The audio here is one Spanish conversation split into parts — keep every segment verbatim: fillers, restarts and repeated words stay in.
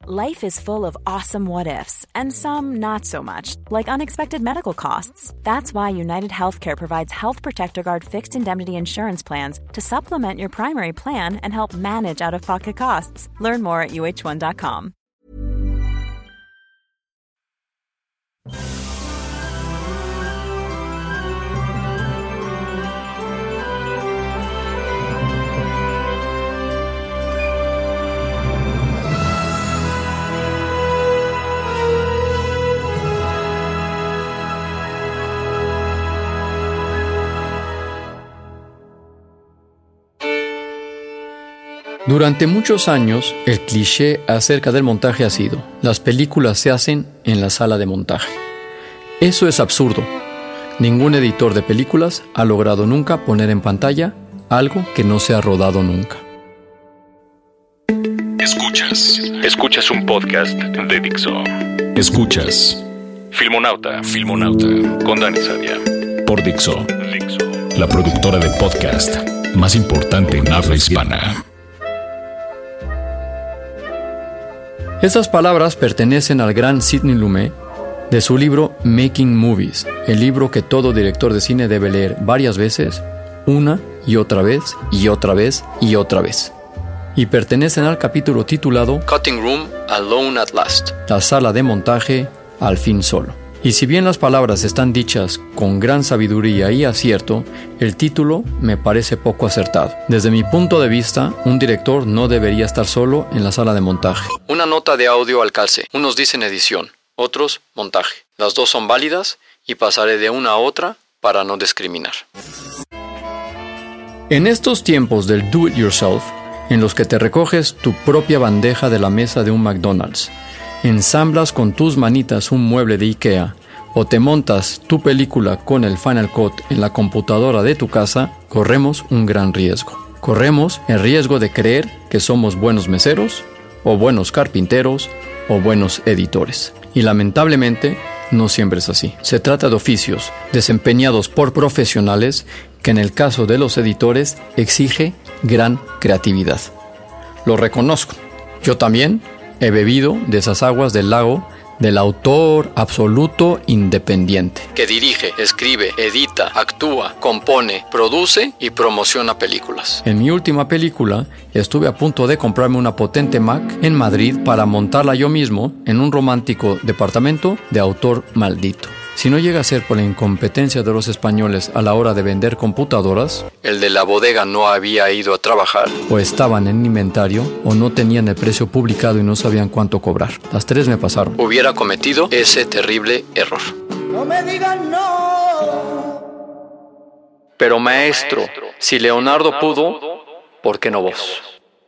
Life is full of awesome what-ifs, and some not so much, like unexpected medical costs. That's why United Healthcare provides Health Protector Guard fixed indemnity insurance plans to supplement your primary plan and help manage out-of-pocket costs. Learn more at U H one dot com. Durante muchos años, el cliché acerca del montaje ha sido: las películas se hacen en la sala de montaje. Eso es absurdo. Ningún editor de películas ha logrado nunca poner en pantalla algo que no se ha rodado nunca. Escuchas. Escuchas un podcast de Dixo. Escuchas Filmonauta. Filmonauta. Con Dani Sadia. Por Dixo. Dixo. La productora de podcast más importante en habla hispana. Estas palabras pertenecen al gran Sidney Lumet de su libro Making Movies, el libro que todo director de cine debe leer varias veces, una y otra vez y otra vez y otra vez. Y pertenecen al capítulo titulado Cutting Room Alone at Last, la sala de montaje al fin solo. Y si bien las palabras están dichas con gran sabiduría y acierto, el título me parece poco acertado. Desde mi punto de vista, un director no debería estar solo en la sala de montaje. Una nota de audio al calce. Unos dicen edición, otros montaje. Las dos son válidas y pasaré de una a otra para no discriminar. En estos tiempos del do it yourself, en los que te recoges tu propia bandeja de la mesa de un McDonald's, ensamblas con tus manitas un mueble de IKEA o te montas tu película con el Final Cut en la computadora de tu casa, corremos un gran riesgo. Corremos el riesgo de creer que somos buenos meseros, o buenos carpinteros, o buenos editores. Y lamentablemente, no siempre es así. Se trata de oficios desempeñados por profesionales que en el caso de los editores exige gran creatividad. Lo reconozco. Yo también he bebido de esas aguas del lago del autor absoluto independiente, que dirige, escribe, edita, actúa, compone, produce y promociona películas. En mi última película estuve a punto de comprarme una potente Mac en Madrid para montarla yo mismo en un romántico departamento de autor maldito. Si no llega a ser por la incompetencia de los españoles a la hora de vender computadoras, el de la bodega no había ido a trabajar, o estaban en inventario, o no tenían el precio publicado y no sabían cuánto cobrar. Las tres me pasaron. Hubiera cometido ese terrible error. No me digan no. Pero maestro, si Leonardo pudo, ¿por qué no vos?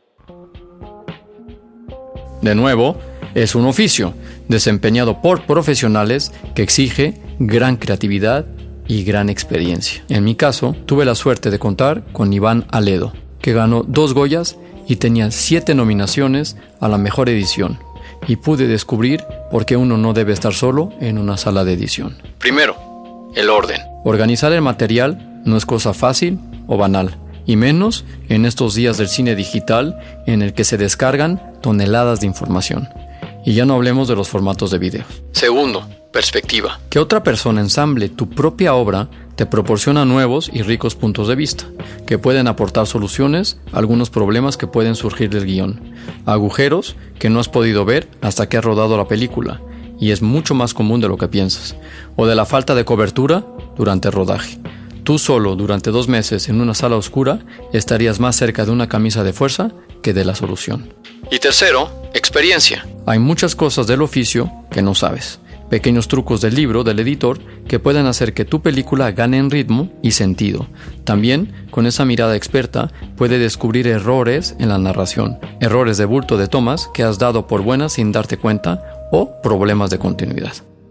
De nuevo, es un oficio desempeñado por profesionales que exige gran creatividad y gran experiencia. En mi caso, tuve la suerte de contar con Iván Aledo, que ganó dos Goyas y tenía siete nominaciones a la mejor edición, y pude descubrir por qué uno no debe estar solo en una sala de edición. Primero, el orden. Organizar el material no es cosa fácil o banal, y menos en estos días del cine digital en el que se descargan toneladas de información. Y ya no hablemos de los formatos de video. Segundo, perspectiva. Que otra persona ensamble tu propia obra te proporciona nuevos y ricos puntos de vista, que pueden aportar soluciones a algunos problemas que pueden surgir del guión, agujeros que no has podido ver hasta que has rodado la película, y es mucho más común de lo que piensas, o de la falta de cobertura durante el rodaje. Tú solo, durante dos meses en una sala oscura, estarías más cerca de una camisa de fuerza que de la solución. Y tercero, experiencia. Hay muchas cosas del oficio que no sabes. Pequeños trucos del libro del editor que pueden hacer que tu película gane en ritmo y sentido. También, con esa mirada experta, puede descubrir errores en la narración, errores de bulto de tomas que has dado por buenas sin darte cuenta o problemas de continuidad.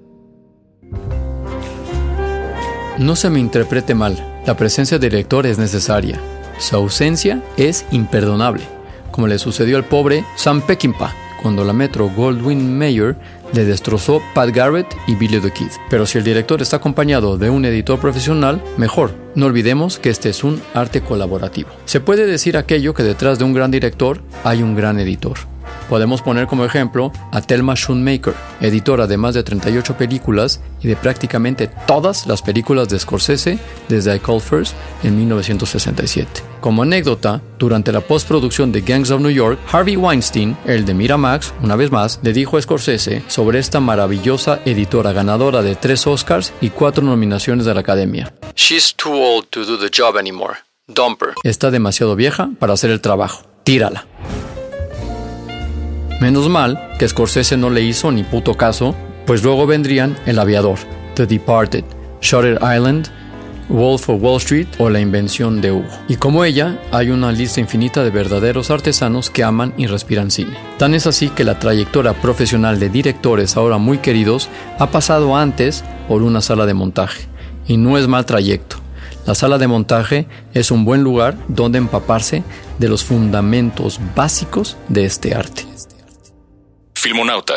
No se me interprete mal, la presencia del director es necesaria. Su ausencia es imperdonable, como le sucedió al pobre Sam Peckinpah cuando la Metro-Goldwyn-Mayer le destrozó Pat Garrett y Billy the Kid. Pero si el director está acompañado de un editor profesional, mejor. No olvidemos que este es un arte colaborativo. Se puede decir aquello que detrás de un gran director hay un gran editor. Podemos poner como ejemplo a Thelma Schoonmaker, editora de más de treinta y ocho películas y de prácticamente todas las películas de Scorsese desde I Called First en mil novecientos sesenta y siete. Como anécdota, durante la postproducción de Gangs of New York, Harvey Weinstein, el de Miramax, una vez más, le dijo a Scorsese sobre esta maravillosa editora ganadora de tres Oscars y cuatro nominaciones de la Academia: "She's too old to do the job anymore. Dump her. Está demasiado vieja para hacer el trabajo. Tírala". Menos mal que Scorsese no le hizo ni puto caso, pues luego vendrían El Aviador, The Departed, Shutter Island, Wolf of Wall Street o La Invención de Hugo. Y como ella, hay una lista infinita de verdaderos artesanos que aman y respiran cine. Tan es así que la trayectoria profesional de directores ahora muy queridos ha pasado antes por una sala de montaje. Y no es mal trayecto. La sala de montaje es un buen lugar donde empaparse de los fundamentos básicos de este arte. Filmonauta.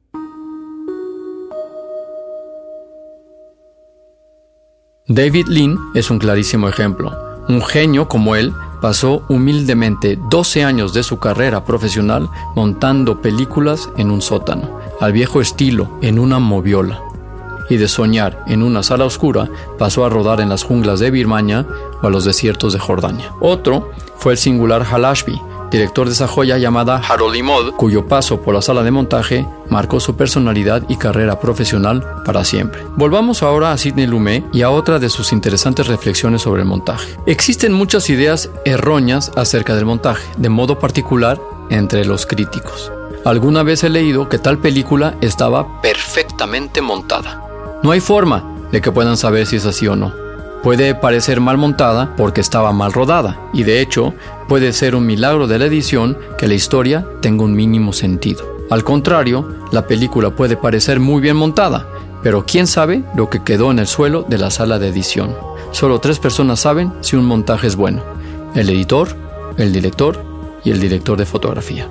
David Lean es un clarísimo ejemplo. Un genio como él pasó humildemente doce años de su carrera profesional montando películas en un sótano, al viejo estilo, en una moviola. Y de soñar en una sala oscura pasó a rodar en las junglas de Birmania o a los desiertos de Jordania. Otro fue el singular Hal Ashby, director de esa joya llamada Harold y Maude, cuyo paso por la sala de montaje marcó su personalidad y carrera profesional para siempre. Volvamos ahora a Sidney Lumet y a otra de sus interesantes reflexiones sobre el montaje. Existen muchas ideas erróneas acerca del montaje, de modo particular entre los críticos. Alguna vez he leído que tal película estaba perfectamente montada. No hay forma de que puedan saber si es así o no. Puede parecer mal montada porque estaba mal rodada, y de hecho puede ser un milagro de la edición que la historia tenga un mínimo sentido. Al contrario, la película puede parecer muy bien montada, pero quién sabe lo que quedó en el suelo de la sala de edición. Solo tres personas saben si un montaje es bueno: el editor, el director y el director de fotografía.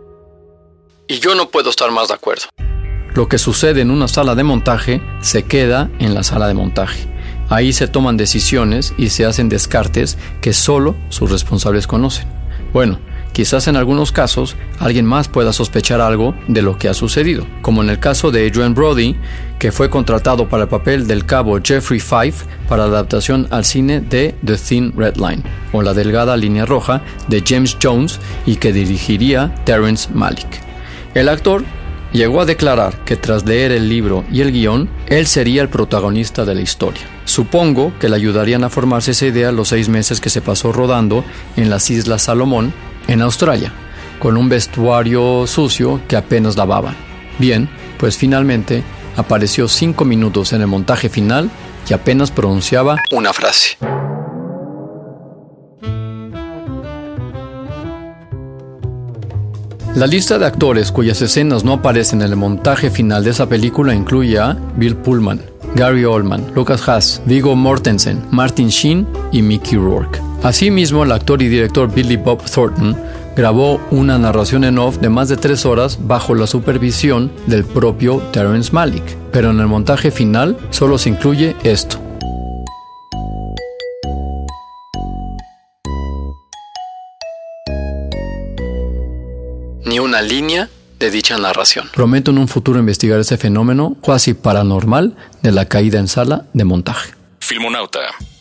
Y yo no puedo estar más de acuerdo. Lo que sucede en una sala de montaje se queda en la sala de montaje. Ahí se toman decisiones y se hacen descartes que solo sus responsables conocen. Bueno, quizás en algunos casos alguien más pueda sospechar algo de lo que ha sucedido, como en el caso de Adrien Brody, que fue contratado para el papel del cabo Jeffrey Fife para la adaptación al cine de The Thin Red Line, o La Delgada Línea Roja, de James Jones, y que dirigiría Terrence Malick. El actor llegó a declarar que tras leer el libro y el guión, él sería el protagonista de la historia. Supongo que le ayudarían a formarse esa idea los seis meses que se pasó rodando en las Islas Salomón, en Australia, con un vestuario sucio que apenas lavaban. Bien, pues finalmente apareció cinco minutos en el montaje final y apenas pronunciaba una frase. La lista de actores cuyas escenas no aparecen en el montaje final de esa película incluye a Bill Pullman, Gary Oldman, Lucas Haas, Viggo Mortensen, Martin Sheen y Mickey Rourke. Asimismo, el actor y director Billy Bob Thornton grabó una narración en off de más de tres horas bajo la supervisión del propio Terrence Malick, pero en el montaje final solo se incluye esto. Ni una línea de dicha narración. Prometo en un futuro investigar ese fenómeno cuasi paranormal de la caída en sala de montaje. Filmonauta.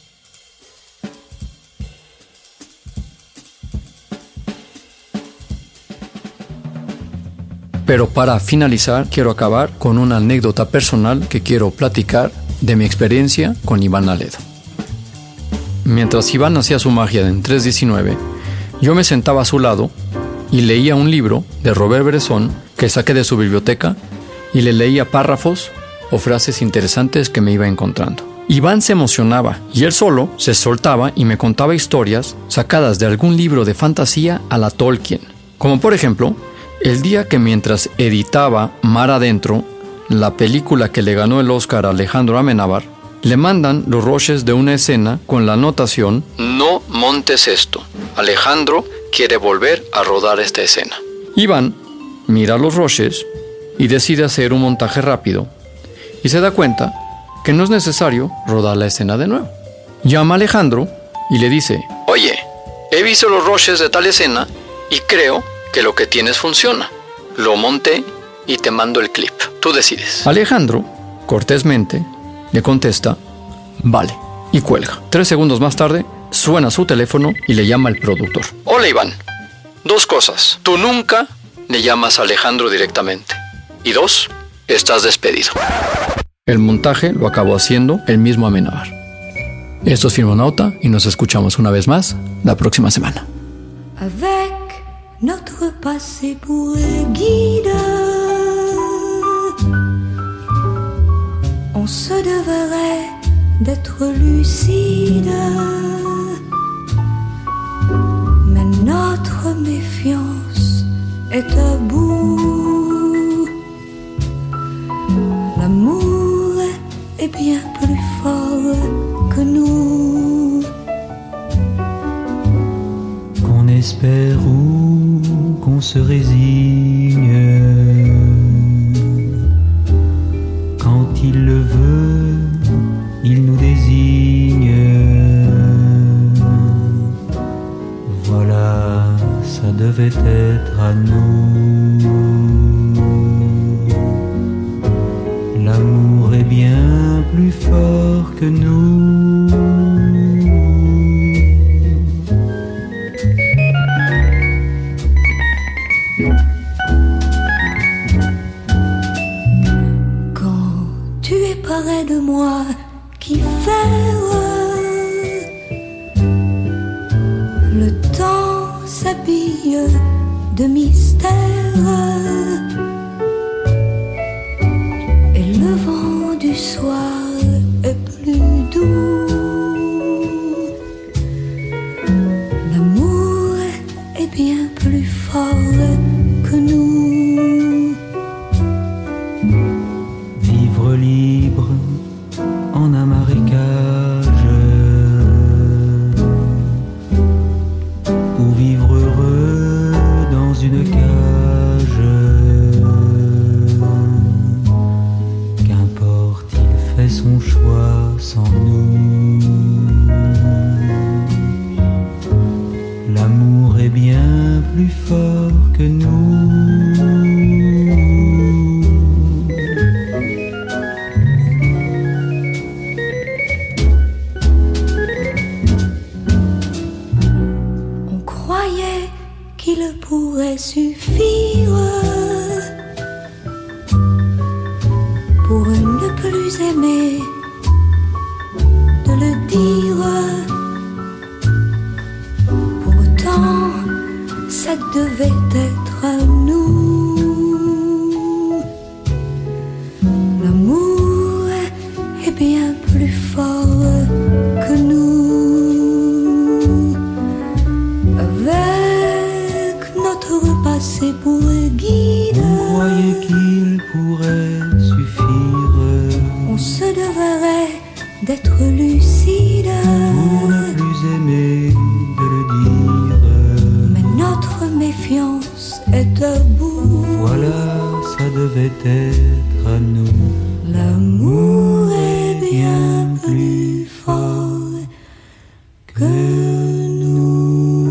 Pero para finalizar, quiero acabar con una anécdota personal que quiero platicar de mi experiencia con Iván Aledo. Mientras Iván hacía su magia en tres diecinueve, yo me sentaba a su lado y leía un libro de Robert Bresson que saqué de su biblioteca y le leía párrafos o frases interesantes que me iba encontrando. Iván se emocionaba y él solo se soltaba y me contaba historias sacadas de algún libro de fantasía a la Tolkien. Como por ejemplo, el día que mientras editaba Mar Adentro, la película que le ganó el Oscar a Alejandro Amenábar, le mandan los rushes de una escena con la anotación: no montes esto, Alejandro quiere volver a rodar esta escena. Iván mira los rushes y decide hacer un montaje rápido y se da cuenta que no es necesario rodar la escena de nuevo. Llama a Alejandro y le dice: oye, he visto los rushes de tal escena y creo que lo que tienes funciona. lo monté y te mando el clip. Tú decides. Alejandro, cortésmente, le contesta, vale, y cuelga. Tres segundos más tarde, suena su teléfono y le llama el productor. Hola, Iván. Dos cosas. Tú nunca le llamas a Alejandro directamente. Y dos, estás despedido. El montaje lo acabó haciendo el mismo Amenábar. Esto es Filmonauta y nos escuchamos una vez más la próxima semana. Avec notre passé pour guide, on se devrait d'être lucide, mais notre méfiance est à bout. L'amour est bien plus fort que nous. Qu'on espère ou qu'on se résigne, quand il le veut, il nous désigne. Voilà, ça devait être à nous. L'amour est bien plus fort que nous. Quand tu es près de moi, qui fait le temps s'habille de mystère. Le vent du soir est plus doux. L'amour est bien plus fort que nous. Vivre libre en un marécage, ou vivre heureux dans une cage. Son choix sans nous. L'amour est bien plus fort que nous. On croyait qu'il pourrait suffire pour ne plus aimer, de le dire. Pourtant, ça devait être à nous. L'amour est bien plus fort que nous. Avec notre passé pour guide, on croyait qu'il pourrait suffire. On se devrait d'être lucide pour ne plus aimer, de le dire. Mais notre méfiance est à bout. Voilà, ça devait être à nous. L'amour est bien plus fort que nous.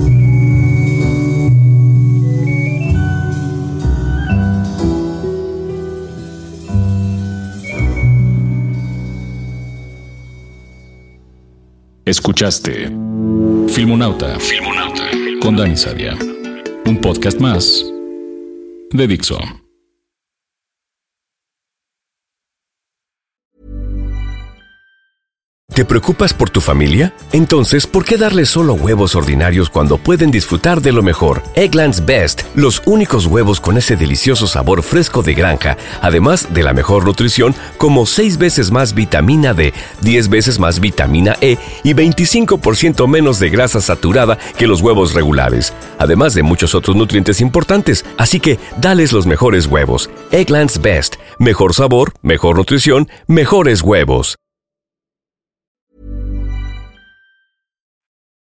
Escuchaste Filmonauta, Filmonauta con Dani Sadia, un podcast más de Dixo. ¿Te preocupas por tu familia? Entonces, ¿por qué darles solo huevos ordinarios cuando pueden disfrutar de lo mejor? Eggland's Best, los únicos huevos con ese delicioso sabor fresco de granja, además de la mejor nutrición, como seis veces más vitamina D, diez veces más vitamina E y veinticinco por ciento menos de grasa saturada que los huevos regulares, además de muchos otros nutrientes importantes. Así que, dales los mejores huevos. Eggland's Best, mejor sabor, mejor nutrición, mejores huevos.